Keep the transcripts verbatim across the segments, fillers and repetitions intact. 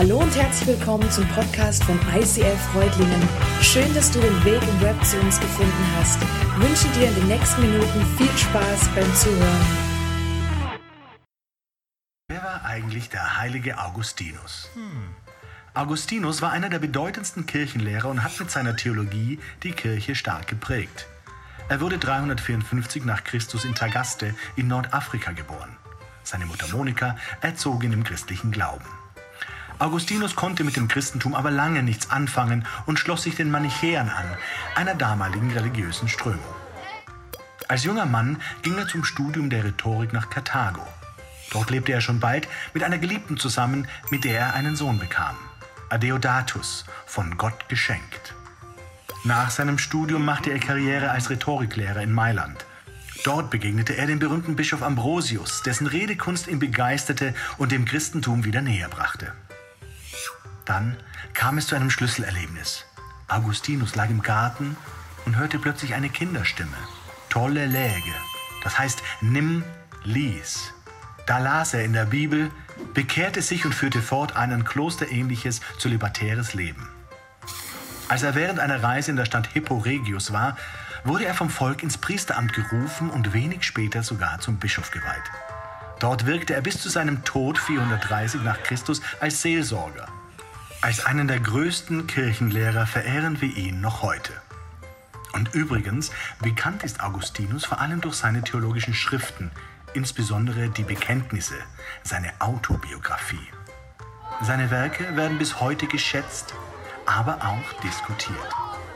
Hallo und herzlich willkommen zum Podcast von I C L Freudlingen. Schön, dass du den Weg im Web zu uns gefunden hast. Ich wünsche dir in den nächsten Minuten viel Spaß beim Zuhören. Wer war eigentlich der heilige Augustinus? Hm. Augustinus war einer der bedeutendsten Kirchenlehrer und hat mit seiner Theologie die Kirche stark geprägt. Er wurde dreihundertvierundfünfzig nach Christus in Tagaste in Nordafrika geboren. Seine Mutter Monika erzog ihn im christlichen Glauben. Augustinus konnte mit dem Christentum aber lange nichts anfangen und schloss sich den Manichäern an, einer damaligen religiösen Strömung. Als junger Mann ging er zum Studium der Rhetorik nach Karthago. Dort lebte er schon bald mit einer Geliebten zusammen, mit der er einen Sohn bekam, Adeodatus, von Gott geschenkt. Nach seinem Studium machte er Karriere als Rhetoriklehrer in Mailand. Dort begegnete er dem berühmten Bischof Ambrosius, dessen Redekunst ihn begeisterte und dem Christentum wieder näher brachte. Dann kam es zu einem Schlüsselerlebnis. Augustinus lag im Garten und hörte plötzlich eine Kinderstimme. Tolle Läge, das heißt nimm, lies. Da las er in der Bibel, bekehrte sich und führte fortan ein klosterähnliches, zölibatäres Leben. Als er während einer Reise in der Stadt Hippo Regius war, wurde er vom Volk ins Priesteramt gerufen und wenig später sogar zum Bischof geweiht. Dort wirkte er bis zu seinem Tod vierhundertdreißig nach Christus als Seelsorger. Als einen der größten Kirchenlehrer verehren wir ihn noch heute. Und übrigens, bekannt ist Augustinus vor allem durch seine theologischen Schriften, insbesondere die Bekenntnisse, seine Autobiografie. Seine Werke werden bis heute geschätzt, aber auch diskutiert.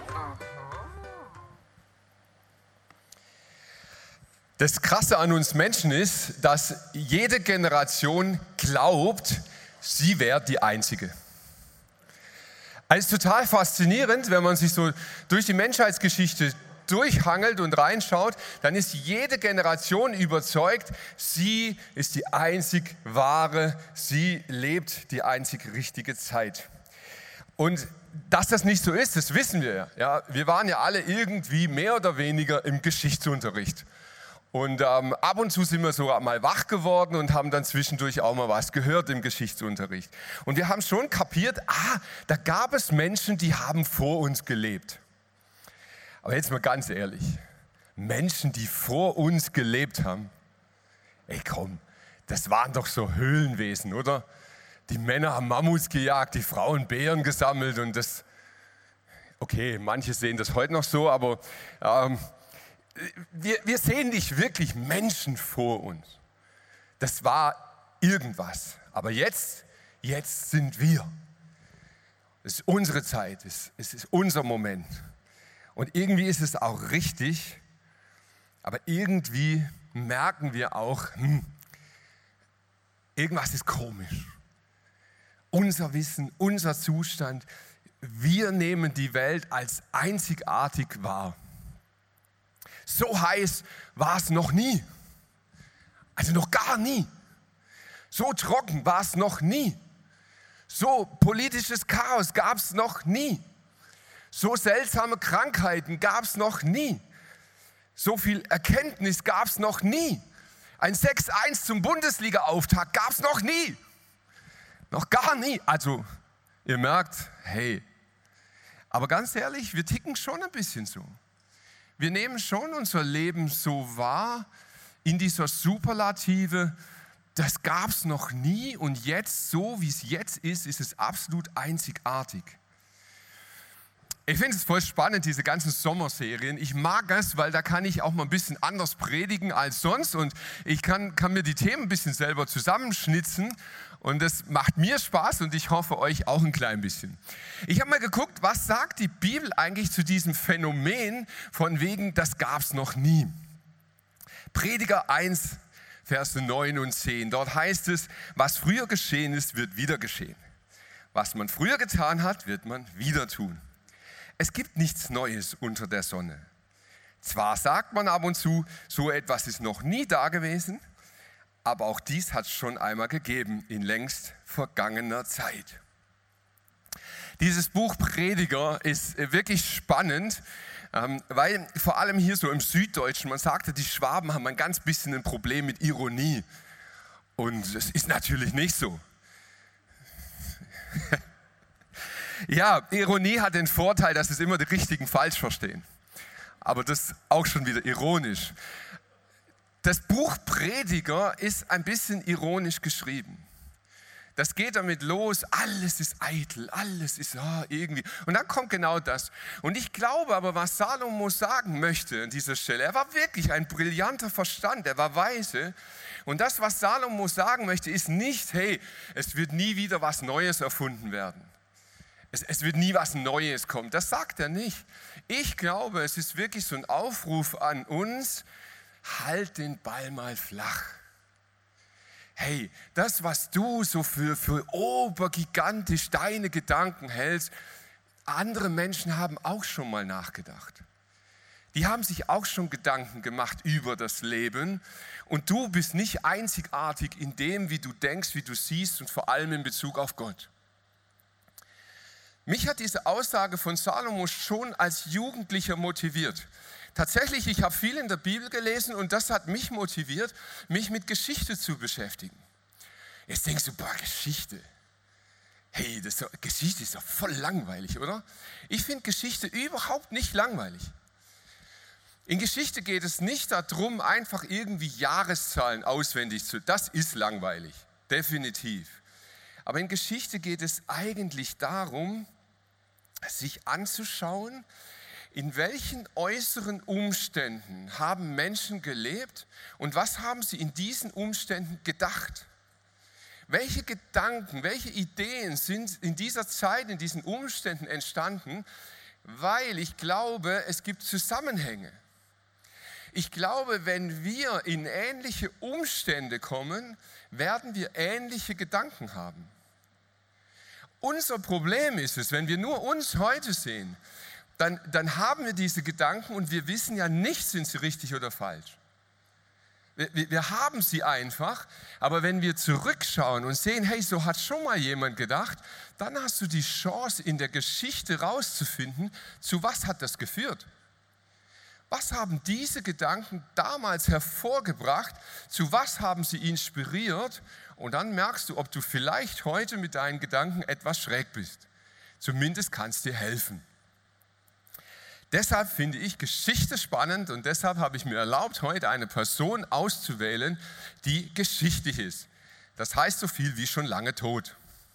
Das Krasse an uns Menschen ist, dass jede Generation glaubt, sie wäre die Einzige. Also total faszinierend, wenn man sich so durch die Menschheitsgeschichte durchhangelt und reinschaut, dann ist jede Generation überzeugt, sie ist die einzig wahre, sie lebt die einzig richtige Zeit. Und dass das nicht so ist, das wissen wir. Ja, wir waren ja alle irgendwie mehr oder weniger im Geschichtsunterricht. Und ähm, ab und zu sind wir sogar mal wach geworden und haben dann zwischendurch auch mal was gehört im Geschichtsunterricht. Und wir haben schon kapiert, ah, da gab es Menschen, die haben vor uns gelebt. Aber jetzt mal ganz ehrlich, Menschen, die vor uns gelebt haben, ey komm, das waren doch so Höhlenwesen, oder? Die Männer haben Mammuts gejagt, die Frauen Bären gesammelt und das, okay, manche sehen das heute noch so, aber ähm, Wir, wir sehen nicht wirklich Menschen vor uns. Das war irgendwas. Aber jetzt, jetzt sind wir. Es ist unsere Zeit, es, es ist unser Moment. Und irgendwie ist es auch richtig, aber irgendwie merken wir auch, hm, irgendwas ist komisch. Unser Wissen, unser Zustand, wir nehmen die Welt als einzigartig wahr. So heiß war es noch nie. Also noch gar nie. So trocken war es noch nie. So politisches Chaos gab es noch nie. So seltsame Krankheiten gab es noch nie. So viel Erkenntnis gab es noch nie. Ein sechs eins zum Bundesliga-Auftakt gab es noch nie. Noch gar nie. Also ihr merkt, hey, aber ganz ehrlich, wir ticken schon ein bisschen so. Wir nehmen schon unser Leben so wahr, in dieser Superlative, das gab es noch nie und jetzt, so wie es jetzt ist, ist es absolut einzigartig. Ich finde es voll spannend, diese ganzen Sommerserien. Ich mag es, weil da kann ich auch mal ein bisschen anders predigen als sonst und ich kann, kann mir die Themen ein bisschen selber zusammenschnitzen und das macht mir Spaß und ich hoffe euch auch ein klein bisschen. Ich habe mal geguckt, was sagt die Bibel eigentlich zu diesem Phänomen von wegen, das gab es noch nie. Prediger eins, Verse neun und zehn, dort heißt es, was früher geschehen ist, wird wieder geschehen. Was man früher getan hat, wird man wieder tun. Es gibt nichts Neues unter der Sonne. Zwar sagt man ab und zu, so etwas ist noch nie da gewesen, aber auch dies hat es schon einmal gegeben in längst vergangener Zeit. Dieses Buch Prediger ist wirklich spannend, weil vor allem hier so im Süddeutschen, man sagte, die Schwaben haben ein ganz bisschen ein Problem mit Ironie. Und es ist natürlich nicht so. Ja, Ironie hat den Vorteil, dass es immer die Richtigen falsch verstehen. Aber das ist auch schon wieder ironisch. Das Buch Prediger ist ein bisschen ironisch geschrieben. Das geht damit los, alles ist eitel, alles ist ah, irgendwie. Und dann kommt genau das. Und ich glaube aber, was Salomo sagen möchte an dieser Stelle, er war wirklich ein brillanter Verstand, er war weise. Und das, was Salomo sagen möchte, ist nicht, hey, es wird nie wieder was Neues erfunden werden. Es, es wird nie was Neues kommen. Das sagt er nicht. Ich glaube, es ist wirklich so ein Aufruf an uns, halt den Ball mal flach. Hey, das, was du so für, für obergigantisch deine Gedanken hältst, andere Menschen haben auch schon mal nachgedacht. Die haben sich auch schon Gedanken gemacht über das Leben und du bist nicht einzigartig in dem, wie du denkst, wie du siehst und vor allem in Bezug auf Gott. Mich hat diese Aussage von Salomo schon als Jugendlicher motiviert. Tatsächlich, ich habe viel in der Bibel gelesen und das hat mich motiviert, mich mit Geschichte zu beschäftigen. Jetzt denkst du, boah, Geschichte. Hey, das ist doch, Geschichte ist doch voll langweilig, oder? Ich finde Geschichte überhaupt nicht langweilig. In Geschichte geht es nicht darum, einfach irgendwie Jahreszahlen auswendig zu. Das ist langweilig, definitiv. Aber in Geschichte geht es eigentlich darum, sich anzuschauen, in welchen äußeren Umständen haben Menschen gelebt und was haben sie in diesen Umständen gedacht? Welche Gedanken, welche Ideen sind in dieser Zeit, in diesen Umständen entstanden? Weil ich glaube, es gibt Zusammenhänge. Ich glaube, wenn wir in ähnliche Umstände kommen, werden wir ähnliche Gedanken haben. Unser Problem ist es, wenn wir nur uns heute sehen, Dann, dann haben wir diese Gedanken und wir wissen ja nicht, sind sie richtig oder falsch. Wir, wir, wir haben sie einfach, aber wenn wir zurückschauen und sehen, hey, so hat schon mal jemand gedacht, dann hast du die Chance, in der Geschichte rauszufinden, zu was hat das geführt. Was haben diese Gedanken damals hervorgebracht, zu was haben sie inspiriert und dann merkst du, ob du vielleicht heute mit deinen Gedanken etwas schräg bist. Zumindest kann es dir helfen. Deshalb finde ich Geschichte spannend und deshalb habe ich mir erlaubt, heute eine Person auszuwählen, die geschichtlich ist. Das heißt so viel wie schon lange tot.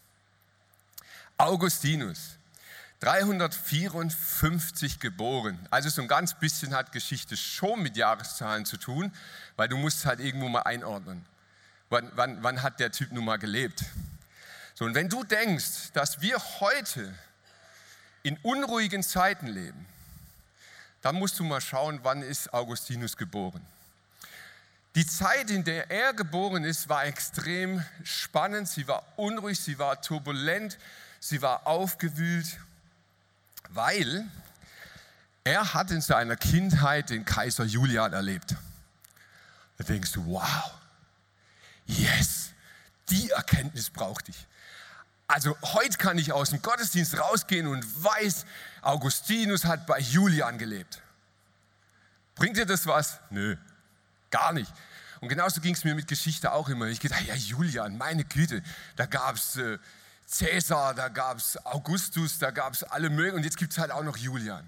Augustinus, dreihundertvierundfünfzig geboren. Also so ein ganz bisschen hat Geschichte schon mit Jahreszahlen zu tun, weil du musst halt irgendwo mal einordnen. Wann, wann, wann hat der Typ nun mal gelebt? So, und wenn du denkst, dass wir heute in unruhigen Zeiten leben, dann musst du mal schauen, wann ist Augustinus geboren. Die Zeit, in der er geboren ist, war extrem spannend, sie war unruhig, sie war turbulent, sie war aufgewühlt, weil er hat in seiner Kindheit den Kaiser Julian erlebt. Da denkst du, wow, yes, die Erkenntnis brauchte ich. Also heute kann ich aus dem Gottesdienst rausgehen und weiß, Augustinus hat bei Julian gelebt. Bringt dir das was? Nö, gar nicht. Und genauso ging es mir mit Geschichte auch immer. Ich gedacht, ja Julian, meine Güte, da gab es äh, Cäsar, da gab es Augustus, da gab es alle möglichen und jetzt gibt es halt auch noch Julian.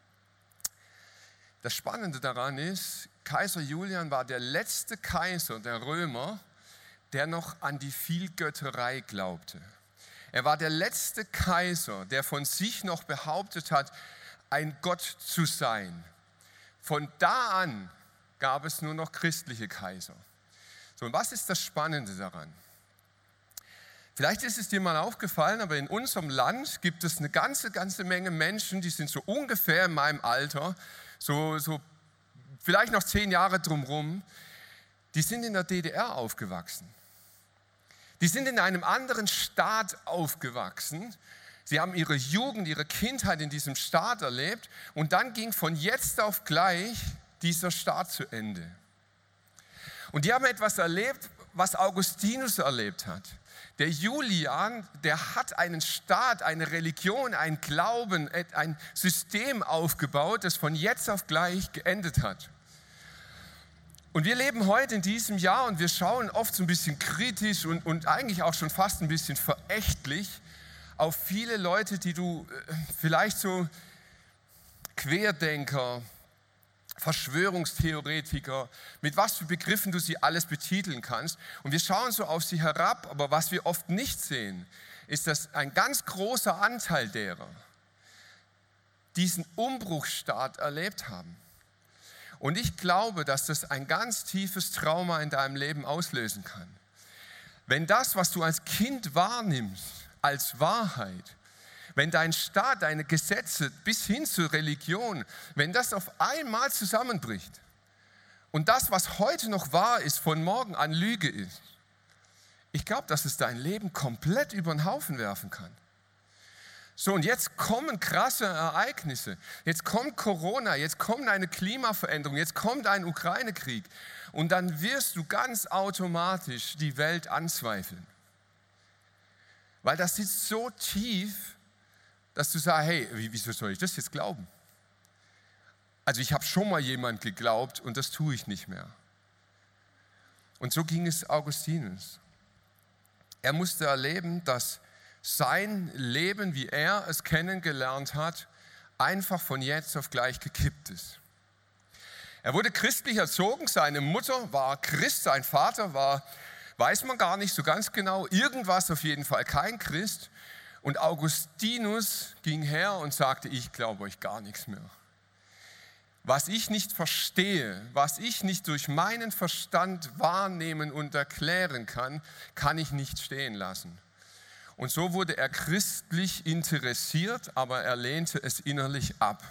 Das Spannende daran ist, Kaiser Julian war der letzte Kaiser der Römer, der noch an die Vielgötterei glaubte. Er war der letzte Kaiser, der von sich noch behauptet hat, ein Gott zu sein. Von da an gab es nur noch christliche Kaiser. So, und was ist das Spannende daran? Vielleicht ist es dir mal aufgefallen, aber in unserem Land gibt es eine ganze, ganze Menge Menschen, die sind so ungefähr in meinem Alter, so, so vielleicht noch zehn Jahre drumherum, die sind in der D D R aufgewachsen. Die sind in einem anderen Staat aufgewachsen. Sie haben ihre Jugend, ihre Kindheit in diesem Staat erlebt und dann ging von jetzt auf gleich dieser Staat zu Ende. Und die haben etwas erlebt, was Augustinus erlebt hat. Der Julian, der hat einen Staat, eine Religion, ein Glauben, ein System aufgebaut, das von jetzt auf gleich geendet hat. Und wir leben heute in diesem Jahr und wir schauen oft so ein bisschen kritisch und, und eigentlich auch schon fast ein bisschen verächtlich auf viele Leute, die du vielleicht so Querdenker, Verschwörungstheoretiker, mit was für Begriffen du sie alles betiteln kannst. Und wir schauen so auf sie herab, aber was wir oft nicht sehen, ist, dass ein ganz großer Anteil derer diesen Umbruchsstart erlebt haben. Und ich glaube, dass das ein ganz tiefes Trauma in deinem Leben auslösen kann. Wenn das, was du als Kind wahrnimmst, als Wahrheit, wenn dein Staat, deine Gesetze bis hin zur Religion, wenn das auf einmal zusammenbricht und das, was heute noch wahr ist, von morgen an Lüge ist, ich glaube, dass es dein Leben komplett über den Haufen werfen kann. So, und jetzt kommen krasse Ereignisse. Jetzt kommt Corona, jetzt kommt eine Klimaveränderung, jetzt kommt ein Ukraine-Krieg. Und dann wirst du ganz automatisch die Welt anzweifeln. Weil das sitzt so tief, dass du sagst, hey, wieso soll ich das jetzt glauben? Also ich habe schon mal jemand geglaubt und das tue ich nicht mehr. Und so ging es Augustinus. Er musste erleben, dass sein Leben, wie er es kennengelernt hat, einfach von jetzt auf gleich gekippt ist. Er wurde christlich erzogen, seine Mutter war Christ, sein Vater war, weiß man gar nicht so ganz genau, irgendwas auf jeden Fall kein Christ. Und Augustinus ging her und sagte, ich glaube euch gar nichts mehr. Was ich nicht verstehe, was ich nicht durch meinen Verstand wahrnehmen und erklären kann, kann ich nicht stehen lassen. Und so wurde er christlich interessiert, aber er lehnte es innerlich ab.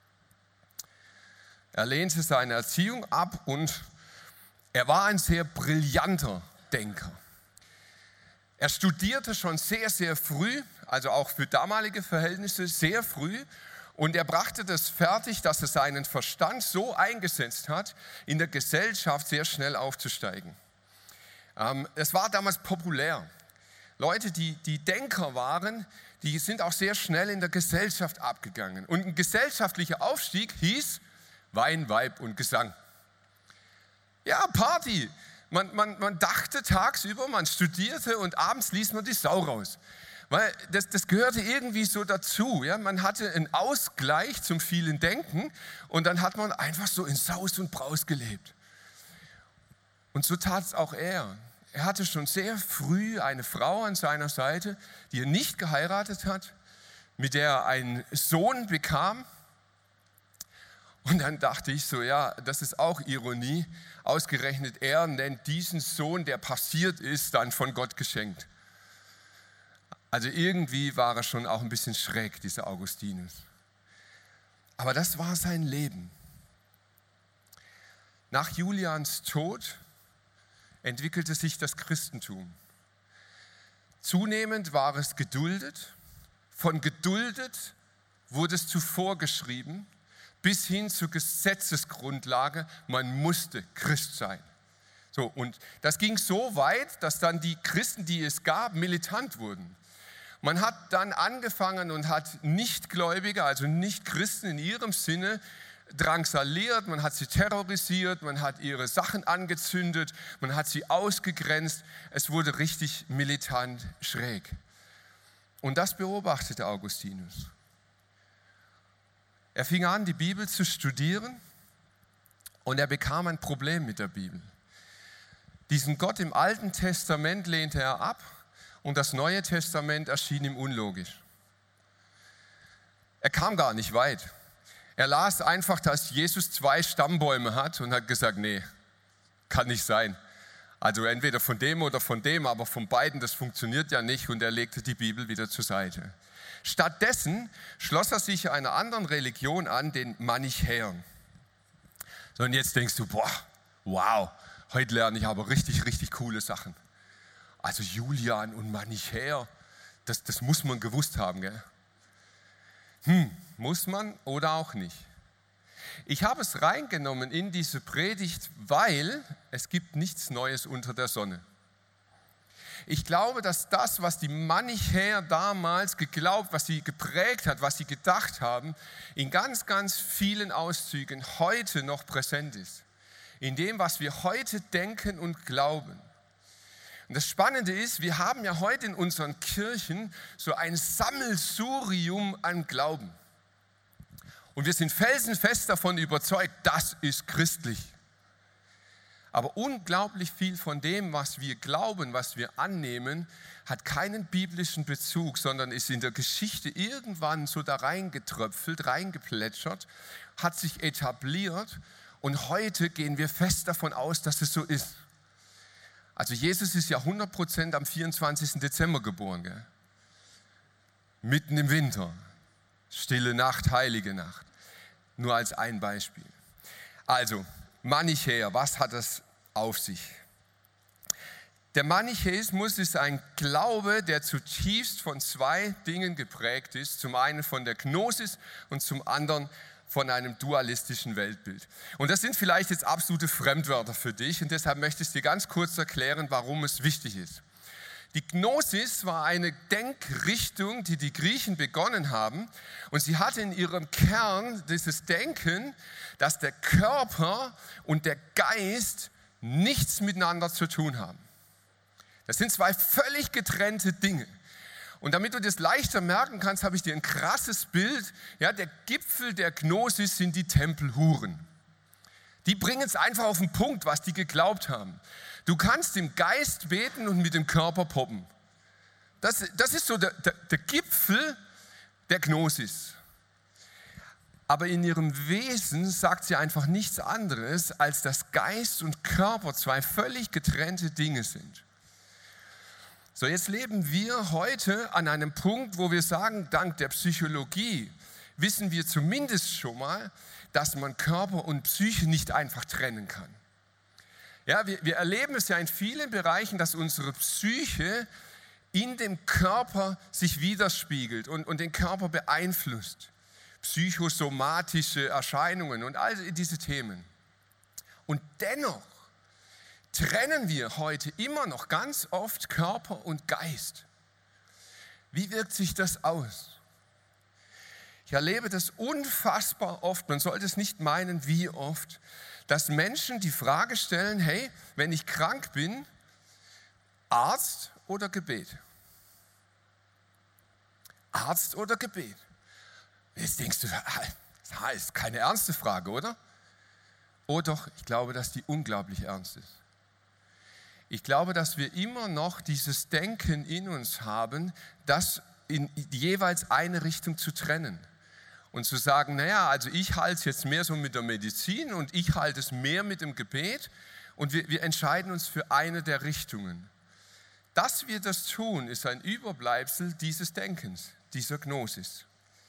Er lehnte seine Erziehung ab und er war ein sehr brillanter Denker. Er studierte schon sehr, sehr früh, also auch für damalige Verhältnisse sehr früh. Und er brachte das fertig, dass er seinen Verstand so eingesetzt hat, in der Gesellschaft sehr schnell aufzusteigen. Es war damals populär. Leute, die, die Denker waren, die sind auch sehr schnell in der Gesellschaft abgegangen. Und ein gesellschaftlicher Aufstieg hieß Wein, Weib und Gesang. Ja, Party. Man, man, man dachte tagsüber, man studierte und abends ließ man die Sau raus. Weil das, das gehörte irgendwie so dazu. Ja? Man hatte einen Ausgleich zum vielen Denken und dann hat man einfach so in Saus und Braus gelebt. Und so tat es auch er. Er hatte schon sehr früh eine Frau an seiner Seite, die er nicht geheiratet hat, mit der er einen Sohn bekam. Und dann dachte ich so, ja, das ist auch Ironie. Ausgerechnet er nennt diesen Sohn, der passiert ist, dann von Gott geschenkt. Also irgendwie war er schon auch ein bisschen schräg, dieser Augustinus. Aber das war sein Leben. Nach Julians Tod entwickelte sich das Christentum. Zunehmend war es geduldet. Von geduldet wurde es zu vorgeschrieben, bis hin zur Gesetzesgrundlage, man musste Christ sein. So, und das ging so weit, dass dann die Christen, die es gab, militant wurden. Man hat dann angefangen und hat Nichtgläubige, also Nichtchristen in ihrem Sinne, drangsaliert, man hat sie terrorisiert, man hat ihre Sachen angezündet, man hat sie ausgegrenzt. Es wurde richtig militant schräg. Und das beobachtete Augustinus. Er fing an, die Bibel zu studieren und er bekam ein Problem mit der Bibel. Diesen Gott im Alten Testament lehnte er ab und das Neue Testament erschien ihm unlogisch. Er kam gar nicht weit. Er las einfach, dass Jesus zwei Stammbäume hat und hat gesagt, nee, kann nicht sein. Also entweder von dem oder von dem, aber von beiden, das funktioniert ja nicht, und er legte die Bibel wieder zur Seite. Stattdessen schloss er sich einer anderen Religion an, den Manichäern. So, und jetzt denkst du, boah, wow, heute lerne ich aber richtig, richtig coole Sachen. Also Julian und Manichäer, das, das muss man gewusst haben, gell? Hm, muss man oder auch nicht. Ich habe es reingenommen in diese Predigt, weil es gibt nichts Neues unter der Sonne. Ich glaube, dass das, was die Manichäer damals geglaubt, was sie geprägt hat, was sie gedacht haben, in ganz, ganz vielen Auszügen heute noch präsent ist. In dem, was wir heute denken und glauben. Und das Spannende ist, wir haben ja heute in unseren Kirchen so ein Sammelsurium an Glauben. Und wir sind felsenfest davon überzeugt, das ist christlich. Aber unglaublich viel von dem, was wir glauben, was wir annehmen, hat keinen biblischen Bezug, sondern ist in der Geschichte irgendwann so da reingetröpfelt, reingeplätschert, hat sich etabliert und heute gehen wir fest davon aus, dass es so ist. Also Jesus ist ja hundert Prozent am vierundzwanzigsten Dezember geboren, gell? Mitten im Winter, stille Nacht, heilige Nacht. Nur als ein Beispiel. Also, Manichäer, was hat das auf sich? Der Manichäismus ist ein Glaube, der zutiefst von zwei Dingen geprägt ist. Zum einen von der Gnosis und zum anderen von einem dualistischen Weltbild. Und das sind vielleicht jetzt absolute Fremdwörter für dich und deshalb möchte ich dir ganz kurz erklären, warum es wichtig ist. Die Gnosis war eine Denkrichtung, die die Griechen begonnen haben und sie hatte in ihrem Kern dieses Denken, dass der Körper und der Geist nichts miteinander zu tun haben. Das sind zwei völlig getrennte Dinge. Und damit du das leichter merken kannst, habe ich dir ein krasses Bild. Ja, der Gipfel der Gnosis sind die Tempelhuren. Die bringen es einfach auf den Punkt, was die geglaubt haben. Du kannst im Geist beten und mit dem Körper poppen. Das, das ist so der, der, der Gipfel der Gnosis. Aber in ihrem Wesen sagt sie einfach nichts anderes, als dass Geist und Körper zwei völlig getrennte Dinge sind. So, jetzt leben wir heute an einem Punkt, wo wir sagen, dank der Psychologie wissen wir zumindest schon mal, dass man Körper und Psyche nicht einfach trennen kann. Ja, wir, wir erleben es ja in vielen Bereichen, dass unsere Psyche in dem Körper sich widerspiegelt und, und den Körper beeinflusst. Psychosomatische Erscheinungen und all diese Themen. Und dennoch trennen wir heute immer noch ganz oft Körper und Geist. Wie wirkt sich das aus? Ich erlebe das unfassbar oft, man sollte es nicht meinen, wie oft, dass Menschen die Frage stellen, hey, wenn ich krank bin, Arzt oder Gebet? Arzt oder Gebet? Jetzt denkst du, das ist keine ernste Frage, oder? Oh doch, ich glaube, dass die unglaublich ernst ist. Ich glaube, dass wir immer noch dieses Denken in uns haben, das in jeweils eine Richtung zu trennen. Und zu sagen, naja, also ich halte es jetzt mehr so mit der Medizin und ich halte es mehr mit dem Gebet und wir, wir entscheiden uns für eine der Richtungen. Dass wir das tun, ist ein Überbleibsel dieses Denkens, dieser Gnosis.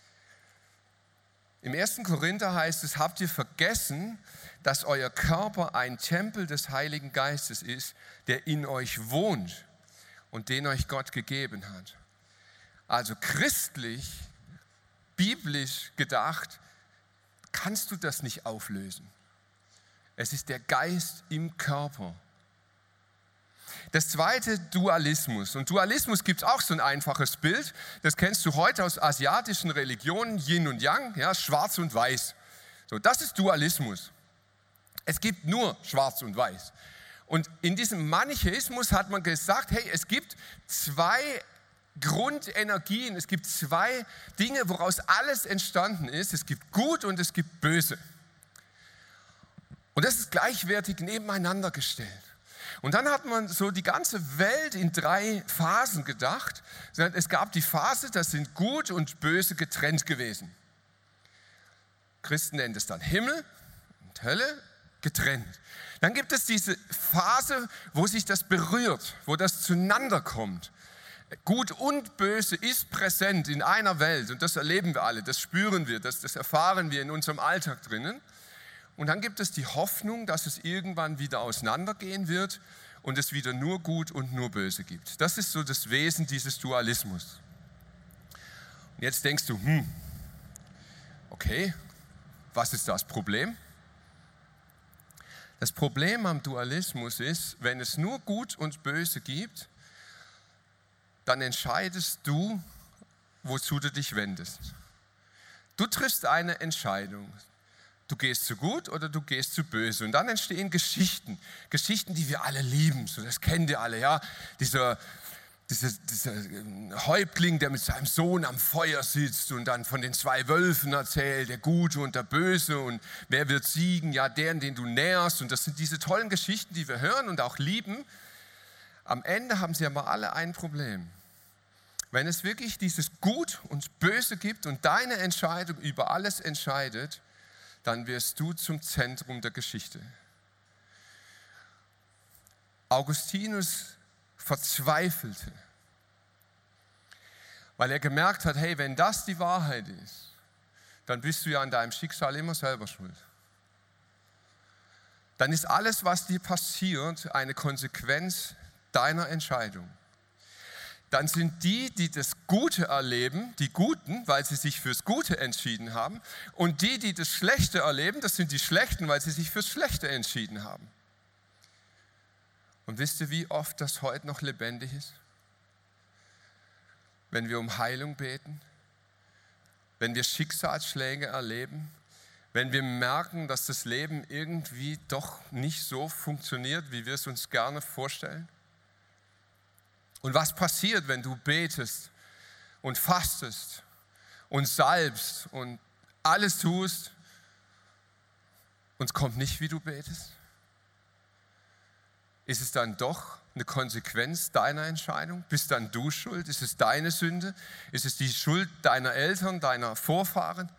Im ersten Korinther heißt es, habt ihr vergessen, dass euer Körper ein Tempel des Heiligen Geistes ist, der in euch wohnt und den euch Gott gegeben hat. Also christlich, biblisch gedacht, kannst du das nicht auflösen. Es ist der Geist im Körper. Das zweite, Dualismus. Und Dualismus gibt es auch so ein einfaches Bild. Das kennst du heute aus asiatischen Religionen, Yin und Yang, ja, schwarz und weiß. So, das ist Dualismus. Es gibt nur schwarz und weiß. Und in diesem Manichäismus hat man gesagt, hey, es gibt zwei Grundenergien, es gibt zwei Dinge, woraus alles entstanden ist. Es gibt Gut und es gibt Böse. Und das ist gleichwertig nebeneinander gestellt. Und dann hat man so die ganze Welt in drei Phasen gedacht. Es gab die Phase, da sind Gut und Böse getrennt gewesen. Christen nennen es dann Himmel und Hölle getrennt. Dann gibt es diese Phase, wo sich das berührt, wo das zueinander kommt. Gut und Böse ist präsent in einer Welt und das erleben wir alle, das spüren wir, das, das erfahren wir in unserem Alltag drinnen. Und dann gibt es die Hoffnung, dass es irgendwann wieder auseinandergehen wird und es wieder nur Gut und nur Böse gibt. Das ist so das Wesen dieses Dualismus. Und jetzt denkst du, hm, okay, was ist das Problem? Das Problem am Dualismus ist, wenn es nur Gut und Böse gibt, dann entscheidest du, wozu du dich wendest. Du triffst eine Entscheidung. du gehst zu gut oder du gehst zu böse. Und dann entstehen Geschichten, Geschichten, die wir alle lieben. So, das kennt ihr alle, ja. Dieser, dieser, dieser Häuptling, der mit seinem Sohn am Feuer sitzt und dann von den zwei Wölfen erzählt, der Gute und der Böse und wer wird siegen? Ja, der, den du nährst. Und das sind diese tollen Geschichten, die wir hören und auch lieben. Am Ende haben sie aber alle ein Problem. Wenn es wirklich dieses Gut und Böse gibt und deine Entscheidung über alles entscheidet, dann wirst du zum Zentrum der Geschichte. Augustinus verzweifelte, weil er gemerkt hat, hey, wenn das die Wahrheit ist, dann bist du ja an deinem Schicksal immer selber schuld. Dann ist alles, was dir passiert, eine Konsequenz deiner Entscheidung. Dann sind die, die das Gute erleben, die Guten, weil sie sich fürs Gute entschieden haben. Und die, die das Schlechte erleben, das sind die Schlechten, weil sie sich fürs Schlechte entschieden haben. Und wisst ihr, wie oft das heute noch lebendig ist? Wenn wir um Heilung beten, wenn wir Schicksalsschläge erleben, wenn wir merken, dass das Leben irgendwie doch nicht so funktioniert, wie wir es uns gerne vorstellen. Und was passiert, wenn du betest und fastest und salbst und alles tust und es kommt nicht, wie du betest? Ist es dann doch eine Konsequenz deiner Entscheidung? Bist dann du schuld? Ist es deine Sünde? Ist es die Schuld deiner Eltern, deiner Vorfahren?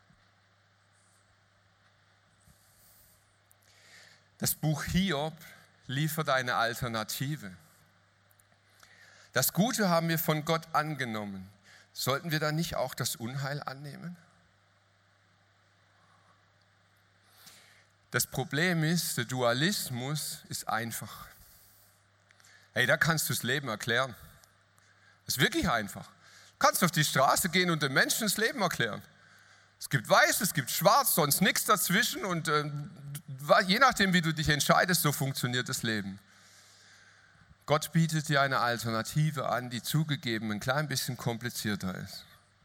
Das Buch Hiob liefert eine Alternative. Das Gute haben wir von Gott angenommen. Sollten wir dann nicht auch das Unheil annehmen? Das Problem ist, der Dualismus ist einfach. Hey, da kannst du das Leben erklären. Das ist wirklich einfach. Du kannst auf die Straße gehen und den Menschen das Leben erklären. Es gibt weiß, es gibt schwarz, sonst nichts dazwischen und äh, je nachdem, wie du dich entscheidest, so funktioniert das Leben. Gott bietet dir eine Alternative an, die zugegeben ein klein bisschen komplizierter ist.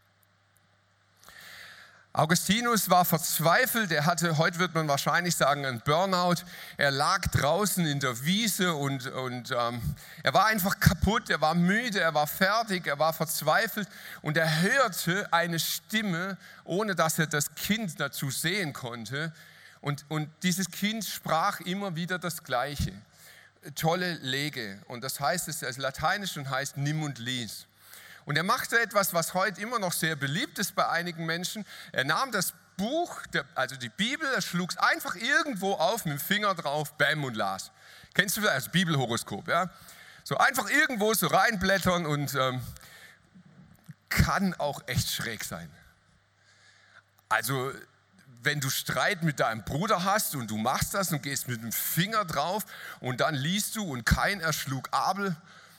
Augustinus war verzweifelt, er hatte, heute wird man wahrscheinlich sagen, einen Burnout. Er lag draußen in der Wiese und, und ähm, er war einfach kaputt, er war müde, er war fertig, er war verzweifelt und er hörte eine Stimme, ohne dass er das Kind dazu sehen konnte. Und, und dieses Kind sprach immer wieder das Gleiche. Tolle Lege. Und das heißt, es ist lateinisch und heißt nimm und lies. Und er machte etwas, was heute immer noch sehr beliebt ist bei einigen Menschen. Er nahm das Buch, also die Bibel, er schlug es einfach irgendwo auf mit dem Finger drauf, bam, und las. Kennst du das? Also Bibelhoroskop, ja? So einfach irgendwo so reinblättern und ähm, kann auch echt schräg sein. Also wenn du Streit mit deinem Bruder hast und du machst das und gehst mit dem Finger drauf und dann liest du und Kain erschlug Abel,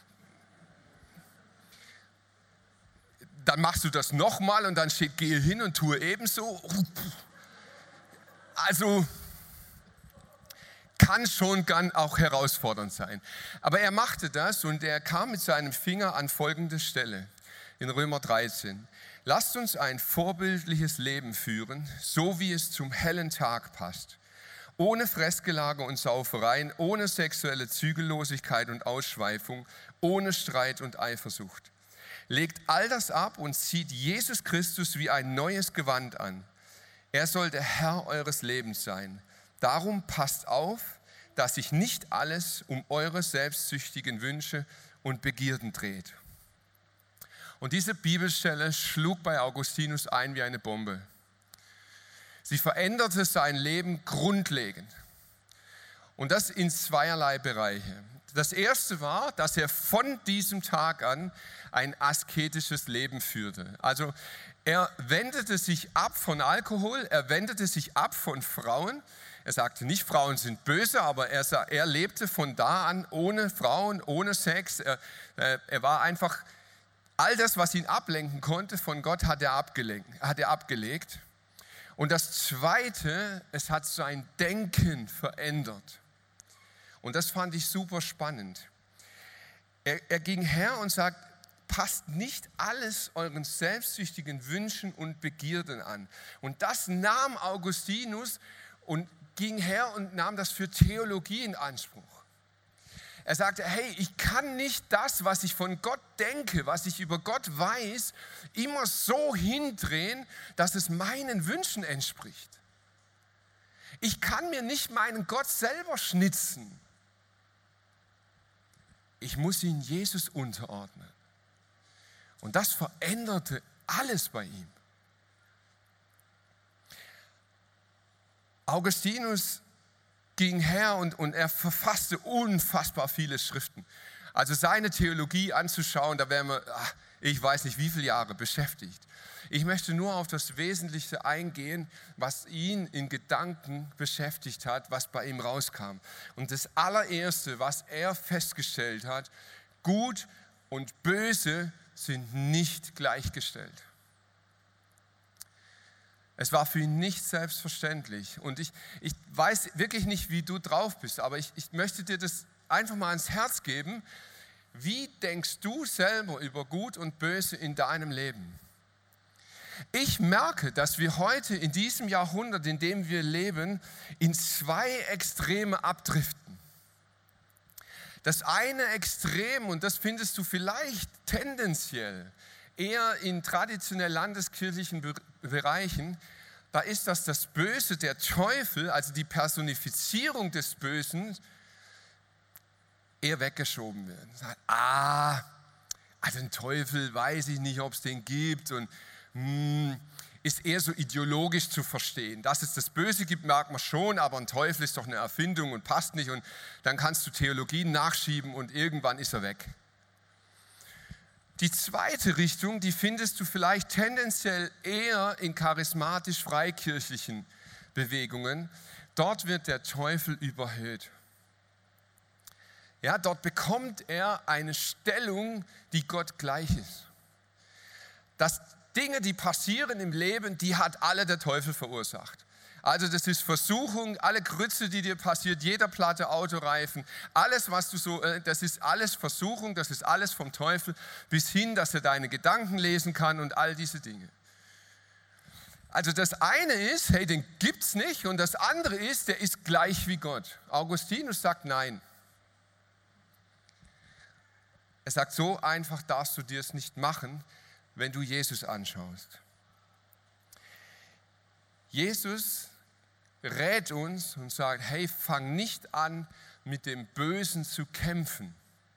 dann machst du das nochmal und dann steht, gehe hin und tue ebenso. Also kann schon ganz auch herausfordernd sein. Aber er machte das und er kam mit seinem Finger an folgende Stelle in Römer dreizehn. Lasst uns ein vorbildliches Leben führen, so wie es zum hellen Tag passt. Ohne Fressgelage und Saufereien, ohne sexuelle Zügellosigkeit und Ausschweifung, ohne Streit und Eifersucht. Legt all das ab und zieht Jesus Christus wie ein neues Gewand an. Er soll der Herr eures Lebens sein. Darum passt auf, dass sich nicht alles um eure selbstsüchtigen Wünsche und Begierden dreht. Und diese Bibelstelle schlug bei Augustinus ein wie eine Bombe. Sie veränderte sein Leben grundlegend. Und das in zweierlei Bereiche. Das erste war, dass er von diesem Tag an ein asketisches Leben führte. Also er wendete sich ab von Alkohol, er wendete sich ab von Frauen. Er sagte nicht, Frauen sind böse, aber er, er lebte von da an ohne Frauen, ohne Sex. Er, er war einfach... All das, was ihn ablenken konnte von Gott, hat er, hat er abgelegt. Und das Zweite, es hat sein Denken verändert. Und das fand ich super spannend. Er, er ging her und sagt, passt nicht alles euren selbstsüchtigen Wünschen und Begierden an. Und das nahm Augustinus und ging her und nahm das für Theologie in Anspruch. Er sagte, hey, ich kann nicht das, was ich von Gott denke, was ich über Gott weiß, immer so hindrehen, dass es meinen Wünschen entspricht. Ich kann mir nicht meinen Gott selber schnitzen. Ich muss ihn Jesus unterordnen. Und das veränderte alles bei ihm. Augustinus ging her und, und er verfasste unfassbar viele Schriften. Also seine Theologie anzuschauen, da wären wir, ach, ich weiß nicht wie viele Jahre beschäftigt. Ich möchte nur auf das Wesentliche eingehen, was ihn in Gedanken beschäftigt hat, was bei ihm rauskam. Und das allererste, was er festgestellt hat, Gut und Böse sind nicht gleichgestellt. Es war für ihn nicht selbstverständlich. Und ich, ich weiß wirklich nicht, wie du drauf bist, aber ich, ich möchte dir das einfach mal ans Herz geben. Wie denkst du selber über Gut und Böse in deinem Leben? Ich merke, dass wir heute in diesem Jahrhundert, in dem wir leben, in zwei Extreme abdriften. Das eine Extrem, und das findest du vielleicht tendenziell eher in traditionell landeskirchlichen Bereichen, da ist das das Böse, der Teufel, also die Personifizierung des Bösen, eher weggeschoben wird. Sagt, ah, also den Teufel weiß ich nicht, ob es den gibt und hm, ist eher so ideologisch zu verstehen. Dass es das Böse gibt, merkt man schon, aber ein Teufel ist doch eine Erfindung und passt nicht und dann kannst du Theologien nachschieben und irgendwann ist er weg. Die zweite Richtung, die findest du vielleicht tendenziell eher in charismatisch-freikirchlichen Bewegungen. Dort wird der Teufel überhöht. Ja, dort bekommt er eine Stellung, die Gott gleich ist. Das Dinge, die passieren im Leben, die hat alle der Teufel verursacht. Also das ist Versuchung, alle Grütze, die dir passiert, jeder platte Autoreifen, alles, was du so, das ist alles Versuchung, das ist alles vom Teufel, bis hin, dass er deine Gedanken lesen kann und all diese Dinge. Also das eine ist, hey, den gibt's nicht, und das andere ist, der ist gleich wie Gott. Augustinus sagt nein. Er sagt, so einfach darfst du dir es nicht machen, wenn du Jesus anschaust. Jesus rät uns und sagt, hey, fang nicht an, mit dem Bösen zu kämpfen.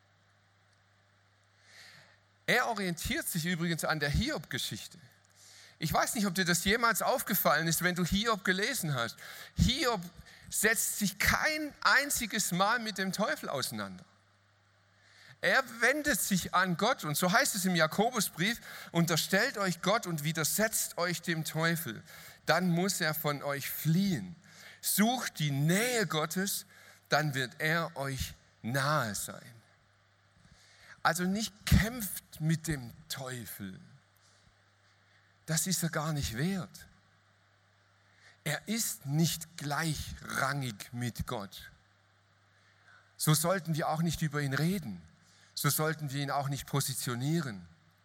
Er orientiert sich übrigens an der Hiob-Geschichte. Ich weiß nicht, ob dir das jemals aufgefallen ist, wenn du Hiob gelesen hast. Hiob setzt sich kein einziges Mal mit dem Teufel auseinander. Er wendet sich an Gott und so heißt es im Jakobusbrief, unterstellt euch Gott und widersetzt euch dem Teufel. Dann muss er von euch fliehen. Sucht die Nähe Gottes, dann wird er euch nahe sein. Also nicht kämpft mit dem Teufel. Das ist er gar nicht wert. Er ist nicht gleichrangig mit Gott. So sollten wir auch nicht über ihn reden. So sollten wir ihn auch nicht positionieren.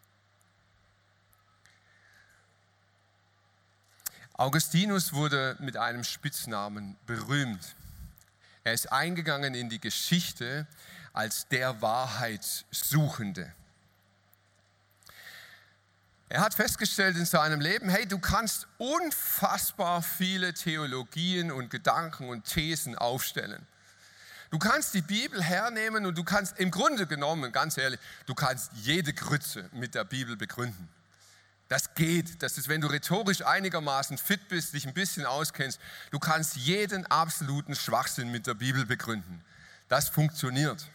Augustinus wurde mit einem Spitznamen berühmt. Er ist eingegangen in die Geschichte als der Wahrheitssuchende. Er hat festgestellt in seinem Leben, hey, du kannst unfassbar viele Theologien und Gedanken und Thesen aufstellen. Du kannst die Bibel hernehmen und du kannst im Grunde genommen, ganz ehrlich, du kannst jede Grütze mit der Bibel begründen. Das geht, das ist, wenn du rhetorisch einigermaßen fit bist, dich ein bisschen auskennst, du kannst jeden absoluten Schwachsinn mit der Bibel begründen. Das funktioniert.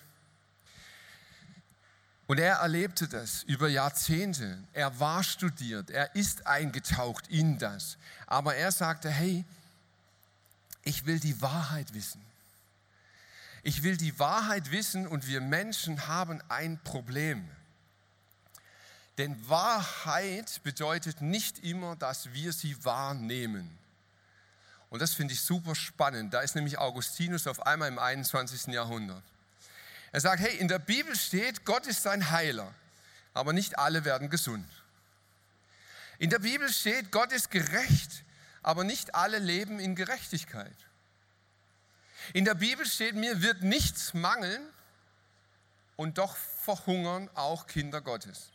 Und er erlebte das über Jahrzehnte. Er war studiert, er ist eingetaucht in das. Aber er sagte, hey, ich will die Wahrheit wissen. Ich will die Wahrheit wissen und wir Menschen haben ein Problem. Denn Wahrheit bedeutet nicht immer, dass wir sie wahrnehmen. Und das finde ich super spannend. Da ist nämlich Augustinus auf einmal im einundzwanzigsten Jahrhundert. Er sagt, hey, in der Bibel steht, Gott ist ein Heiler. aber nicht alle werden gesund. In der Bibel steht, Gott ist gerecht, aber nicht alle leben in Gerechtigkeit. In der Bibel steht, mir wird nichts mangeln und doch verhungern auch Kinder Gottes.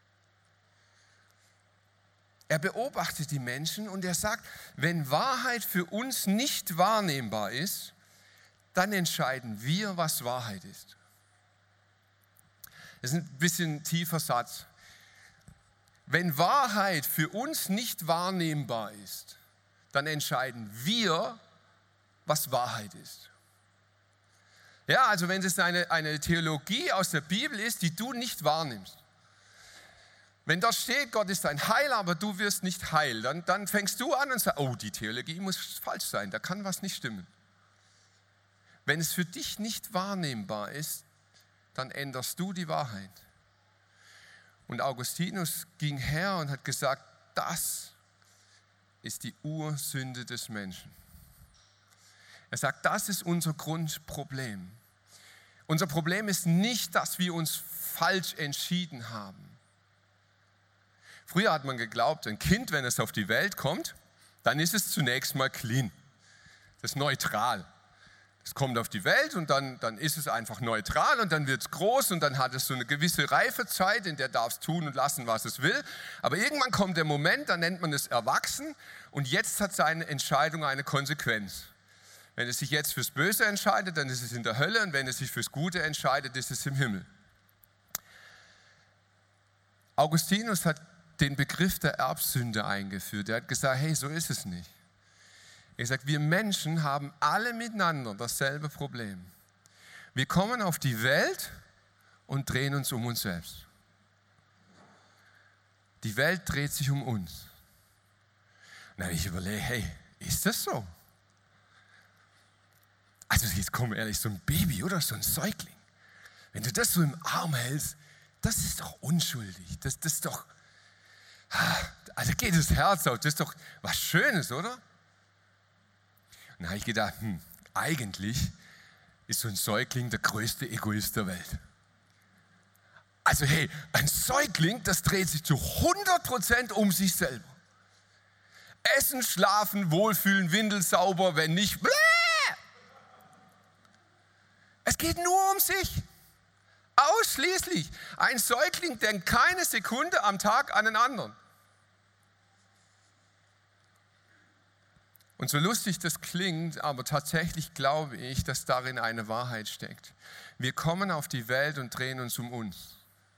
Er beobachtet die Menschen und er sagt, wenn Wahrheit für uns nicht wahrnehmbar ist, dann entscheiden wir, was Wahrheit ist. Das ist ein bisschen tiefer Satz. Wenn Wahrheit für uns nicht wahrnehmbar ist, dann entscheiden wir, was Wahrheit ist. Ja, also wenn es eine, eine Theologie aus der Bibel ist, die du nicht wahrnimmst. Wenn da steht, Gott ist ein Heiler, aber du wirst nicht heil, dann, dann fängst du an und sagst, oh, die Theologie muss falsch sein, da kann was nicht stimmen. Wenn es für dich nicht wahrnehmbar ist, dann änderst du die Wahrheit. Und Augustinus ging her und hat gesagt, das ist die Ursünde des Menschen. Er sagt, das ist unser Grundproblem. Unser Problem ist nicht, dass wir uns falsch entschieden haben. Früher hat man geglaubt, ein Kind, wenn es auf die Welt kommt, dann ist es zunächst mal clean. Das ist neutral. Es kommt auf die Welt und dann, dann ist es einfach neutral und dann wird es groß und dann hat es so eine gewisse Reifezeit, in der darf es tun und lassen, was es will. Aber irgendwann kommt der Moment, da nennt man es erwachsen und jetzt hat seine Entscheidung eine Konsequenz. Wenn es sich jetzt fürs Böse entscheidet, dann ist es in der Hölle und wenn es sich fürs Gute entscheidet, ist es im Himmel. Augustinus hat den Begriff der Erbsünde eingeführt. Er hat gesagt, hey, so ist es nicht. Er sagt, wir Menschen haben alle miteinander dasselbe Problem. Wir kommen auf die Welt und drehen uns um uns selbst. Die Welt dreht sich um uns. Und dann habe ich überlegt, hey, ist das so? Also jetzt komm ehrlich, so ein Baby oder so ein Säugling, wenn du das so im Arm hältst, das ist doch unschuldig. Das, das ist doch, also geht das Herz auf, das ist doch was Schönes, oder? Und dann habe ich gedacht, hm, eigentlich ist so ein Säugling der größte Egoist der Welt. Also hey, ein Säugling, das dreht sich zu hundert Prozent um sich selber. Essen, schlafen, wohlfühlen, Windel sauber, wenn nicht, bläh! Es geht nur um sich. Ausschließlich. Ein Säugling denkt keine Sekunde am Tag an einen anderen. Und so lustig das klingt, aber tatsächlich glaube ich, dass darin eine Wahrheit steckt. Wir kommen auf die Welt und drehen uns um uns.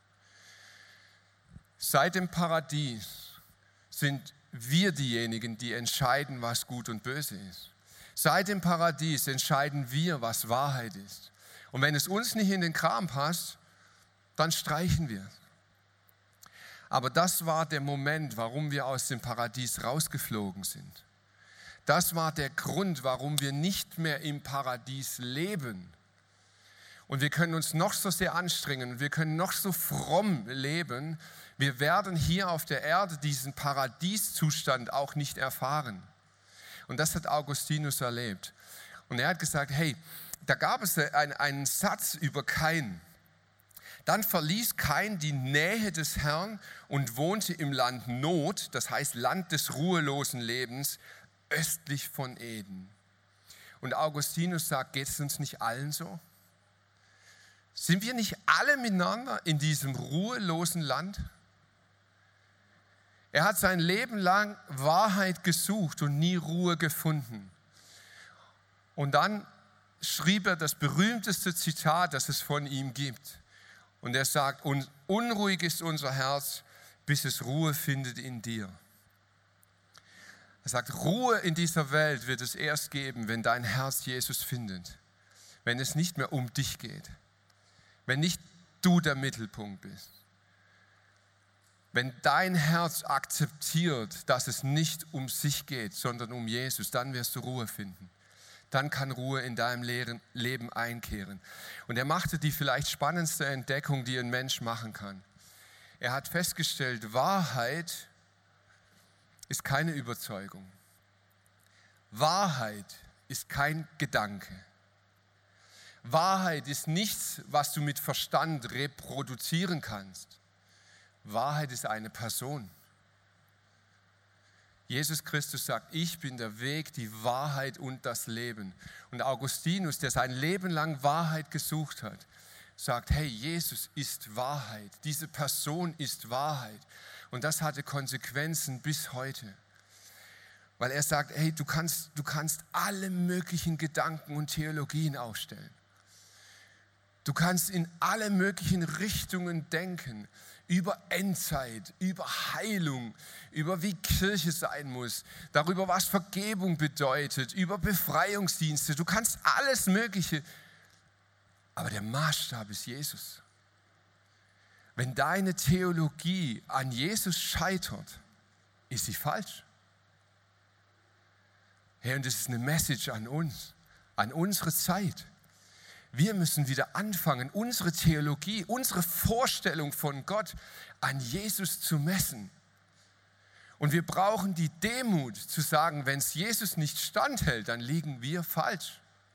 Seit dem Paradies sind wir diejenigen, die entscheiden, was gut und böse ist. Seit dem Paradies entscheiden wir, was Wahrheit ist. Und wenn es uns nicht in den Kram passt, dann streichen wir es. Aber das war der Moment, warum wir aus dem Paradies rausgeflogen sind. Das war der Grund, warum wir nicht mehr im Paradies leben. Und wir können uns noch so sehr anstrengen, wir können noch so fromm leben. Wir werden hier auf der Erde diesen Paradieszustand auch nicht erfahren. Und das hat Augustinus erlebt. Und er hat gesagt, hey, da gab es einen, einen Satz über Kain. Dann verließ Kain die Nähe des Herrn und wohnte im Land Not, das heißt Land des ruhelosen Lebens, östlich von Eden. Und Augustinus sagt, geht es uns nicht allen so? Sind wir nicht alle miteinander in diesem ruhelosen Land? Er hat sein Leben lang Wahrheit gesucht und nie Ruhe gefunden. Und dann schrieb er das berühmteste Zitat, das es von ihm gibt. Und er sagt, unruhig ist unser Herz, bis es Ruhe findet in dir. Er sagt, Ruhe in dieser Welt wird es erst geben, wenn dein Herz Jesus findet. Wenn es nicht mehr um dich geht. Wenn nicht du der Mittelpunkt bist. Wenn dein Herz akzeptiert, dass es nicht um sich geht, sondern um Jesus, dann wirst du Ruhe finden. Dann kann Ruhe in deinem Leben einkehren. Und er machte die vielleicht spannendste Entdeckung, die ein Mensch machen kann. Er hat festgestellt, Wahrheit ist keine Überzeugung. Wahrheit ist kein Gedanke. Wahrheit ist nichts, was du mit Verstand reproduzieren kannst. Wahrheit ist eine Person. Jesus Christus sagt, ich bin der Weg, die Wahrheit und das Leben. Und Augustinus, der sein Leben lang Wahrheit gesucht hat, sagt, hey, Jesus ist Wahrheit. Diese Person ist Wahrheit. Und das hatte Konsequenzen bis heute. Weil er sagt, hey, du kannst, du kannst alle möglichen Gedanken und Theologien aufstellen. Du kannst in alle möglichen Richtungen denken. Über Endzeit, über Heilung, über wie Kirche sein muss, darüber, was Vergebung bedeutet, über Befreiungsdienste. Du kannst alles Mögliche, aber der Maßstab ist Jesus. Wenn deine Theologie an Jesus scheitert, ist sie falsch. Hey, und das ist eine Message an uns, an unsere Zeit. Wir müssen wieder anfangen, unsere Theologie, unsere Vorstellung von Gott an Jesus zu messen. Und wir brauchen die Demut zu sagen, wenn es Jesus nicht standhält, dann liegen wir falsch.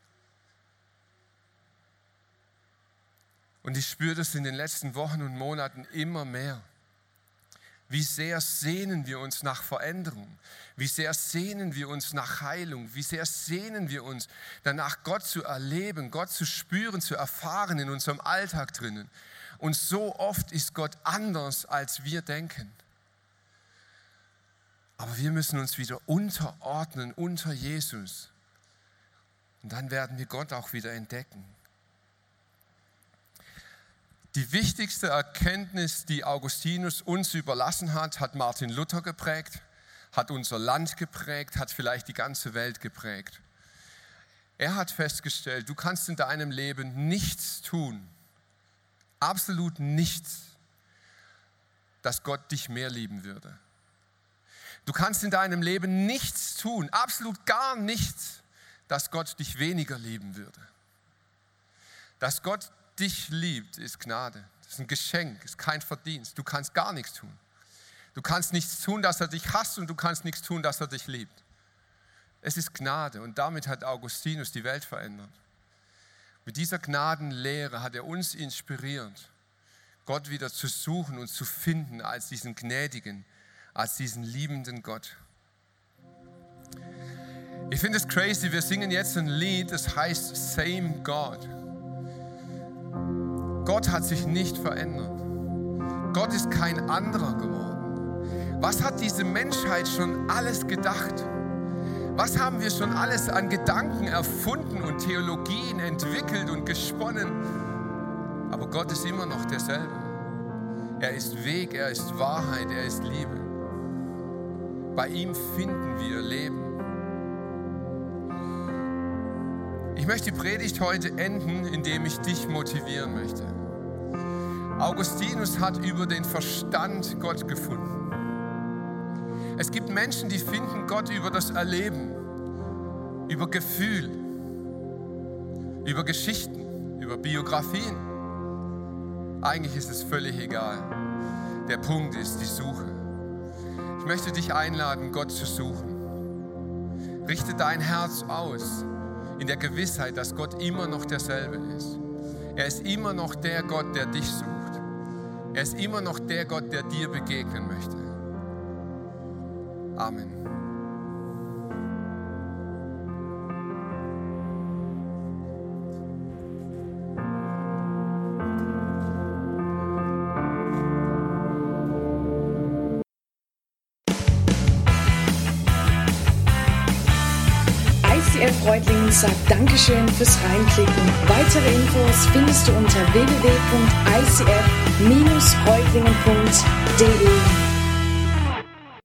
Und ich spüre das in den letzten Wochen und Monaten immer mehr. Wie sehr sehnen wir uns nach Veränderung? Wie sehr sehnen wir uns nach Heilung? Wie sehr sehnen wir uns danach, Gott zu erleben, Gott zu spüren, zu erfahren in unserem Alltag drinnen? Und so oft ist Gott anders, als wir denken. Aber wir müssen uns wieder unterordnen unter Jesus. Und dann werden wir Gott auch wieder entdecken. Die wichtigste Erkenntnis, die Augustinus uns überlassen hat, hat Martin Luther geprägt, hat unser Land geprägt, hat vielleicht die ganze Welt geprägt. Er hat festgestellt, du kannst in deinem Leben nichts tun, absolut nichts, dass Gott dich mehr lieben würde. Du kannst in deinem Leben nichts tun, absolut gar nichts, dass Gott dich weniger lieben würde. Dass Gott dich liebt, ist Gnade. Das ist ein Geschenk, ist kein Verdienst. Du kannst gar nichts tun. Du kannst nichts tun, dass er dich hasst, und du kannst nichts tun, dass er dich liebt. Es ist Gnade, und damit hat Augustinus die Welt verändert. Mit dieser Gnadenlehre hat er uns inspiriert, Gott wieder zu suchen und zu finden als diesen gnädigen, als diesen liebenden Gott. Ich finde es crazy, wir singen jetzt ein Lied, das heißt Same God. Gott hat sich nicht verändert. Gott ist kein anderer geworden. Was hat diese Menschheit schon alles gedacht? Was haben wir schon alles an Gedanken erfunden und Theologien entwickelt und gesponnen? Aber Gott ist immer noch derselbe. Er ist Weg, er ist Wahrheit, er ist Liebe. Bei ihm finden wir Leben. Ich möchte die Predigt heute enden, indem ich dich motivieren möchte. Augustinus hat über den Verstand Gott gefunden. Es gibt Menschen, die finden Gott über das Erleben, über Gefühl, über Geschichten, über Biografien. Eigentlich ist es völlig egal. Der Punkt ist die Suche. Ich möchte dich einladen, Gott zu suchen. Richte dein Herz aus in der Gewissheit, dass Gott immer noch derselbe ist. Er ist immer noch der Gott, der dich sucht. Er ist immer noch der Gott, der dir begegnen möchte. Amen. I C F Reutlingen sagt Dankeschön fürs Reinklicken. Weitere Infos findest du unter w w w punkt i c f Bindestrich reutlingen punkt d e.